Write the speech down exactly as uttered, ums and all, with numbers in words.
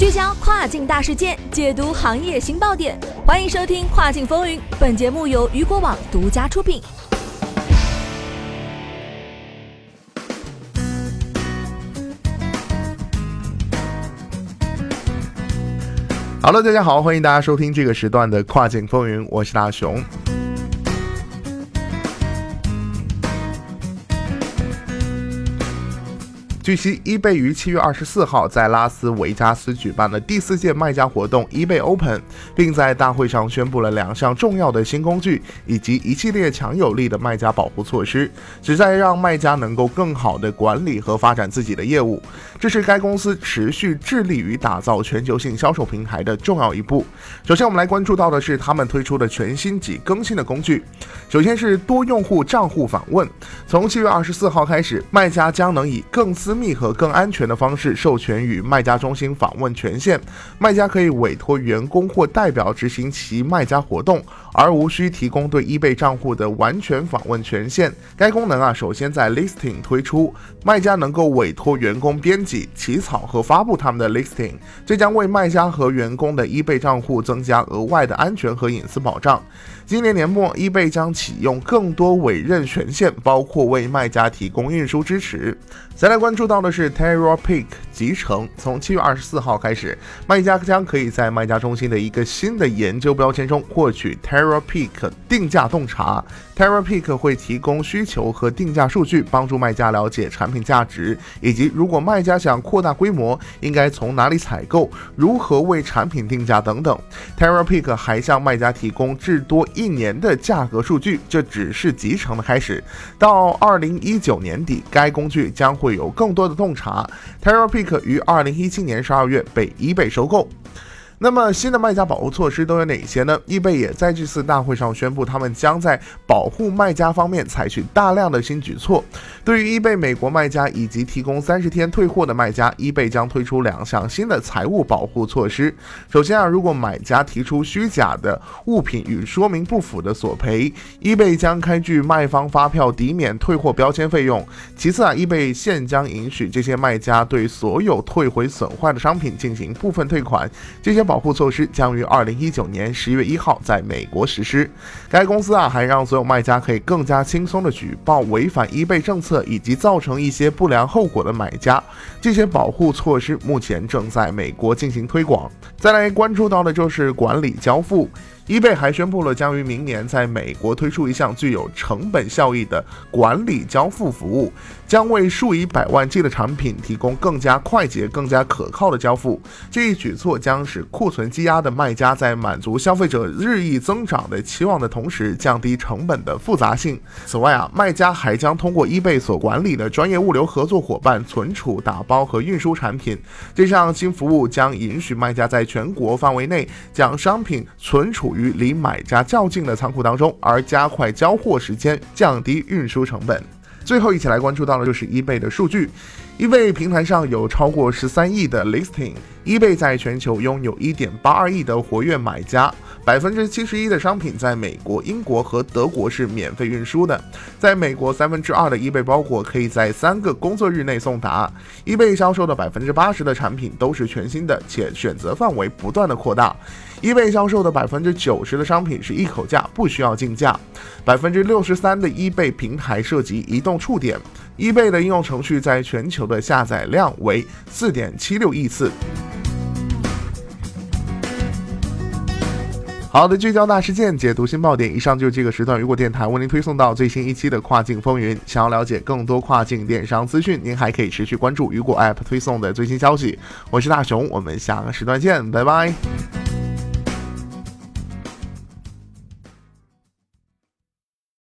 聚焦跨境大事件，解读行业新爆点，欢迎收听《跨境风云》。本节目由雨果网独家出品。 Hello， 大家好，欢迎大家收听这个时段的《跨境风云》，我是大熊。据悉 ，eBay 于七月二十四号在拉斯维加斯举办了第四届卖家活动 eBay Open， 并在大会上宣布了两项重要的新工具以及一系列强有力的卖家保护措施，旨在让卖家能够更好地管理和发展自己的业务。这是该公司持续致力于打造全球性销售平台的重要一步。首先，我们来关注到的是他们推出的全新及更新的工具。首先是多用户账户访问，从七月二十四号开始，卖家将能以更私密和更安全的方式授权与卖家中心访问权限，卖家可以委托员工或代表执行其卖家活动，而无需提供对 eBay 账户的完全访问权限。该功能啊，首先在 Listing 推出，卖家能够委托员工编辑、起草和发布他们的 Listing， 这将为卖家和员工的 eBay 账户增加额外的安全和隐私保障。今年年末 eBay 将启用更多委任权限，包括为卖家提供运输支持。再来关注到的是 TerraPick 集成，从七月二十四号开始，卖家将可以在卖家中心的一个新的研究标签中获取 TerraPick 定价洞察。TerraPick 会提供需求和定价数据，帮助卖家了解产品价值，以及如果卖家想扩大规模，应该从哪里采购，如何为产品定价等等。TerraPick 还向卖家提供至多一年的价格数据，这只是集成的开始。到二零一九年底，该工具将会有更多的洞察。TerraPick 于二零一七年十二月被 eBay 收购。那么新的卖家保护措施都有哪些呢？ eBay 也在这次大会上宣布，他们将在保护卖家方面采取大量的新举措。对于 eBay 美国卖家以及提供三十天退货的卖家， eBay 将推出两项新的财务保护措施。首先啊，如果买家提出虚假的物品与说明不符的索赔， eBay 将开具卖方发票抵免退货标签费用。其次啊 eBay 现将允许这些卖家对所有退回损坏的商品进行部分退款。这些保护措施将于二零一九年十月一号在美国实施。该公司啊还让所有卖家可以更加轻松地举报违反 eBay 政策以及造成一些不良后果的买家。这些保护措施目前正在美国进行推广。再来关注到的就是管理交付。eBay 还宣布了将于明年在美国推出一项具有成本效益的管理交付服务，将为数以百万计的产品提供更加快捷、更加可靠的交付。这一举措将使库存积压的卖家在满足消费者日益增长的期望的同时，降低成本的复杂性。此外啊，卖家还将通过 eBay 所管理的专业物流合作伙伴存储、打包和运输产品。这项新服务将允许卖家在全国范围内将商品存储于离买家较近的仓库当中，而加快交货时间，降低运输成本。最后一起来关注到的就是 eBay 的数据。eBay 平台上有超过十三亿的 listing， eBay 在全球拥有 一点八二亿的活跃买家， 百分之七十一 的商品在美国、英国和德国是免费运输的。在美国，三分之二的 eBay 包裹可以在三个工作日内送达。eBay 销售的 百分之八十 的产品都是全新的，且选择范围不断的扩大。eBay 销售的 百分之九十 的商品是一口价，不需要竞价。 百分之六十三 的 eBay 平台涉及移动触点。 eBay 的应用程序在全球的下载量为 四点七六亿次。好的，聚焦大事件，解读新爆点。以上就是这个时段雨果电台为您推送到最新一期的跨境风云。想要了解更多跨境电商资讯，您还可以持续关注雨果 App 推送的最新消息。我是大熊，我们下个时段见，拜拜。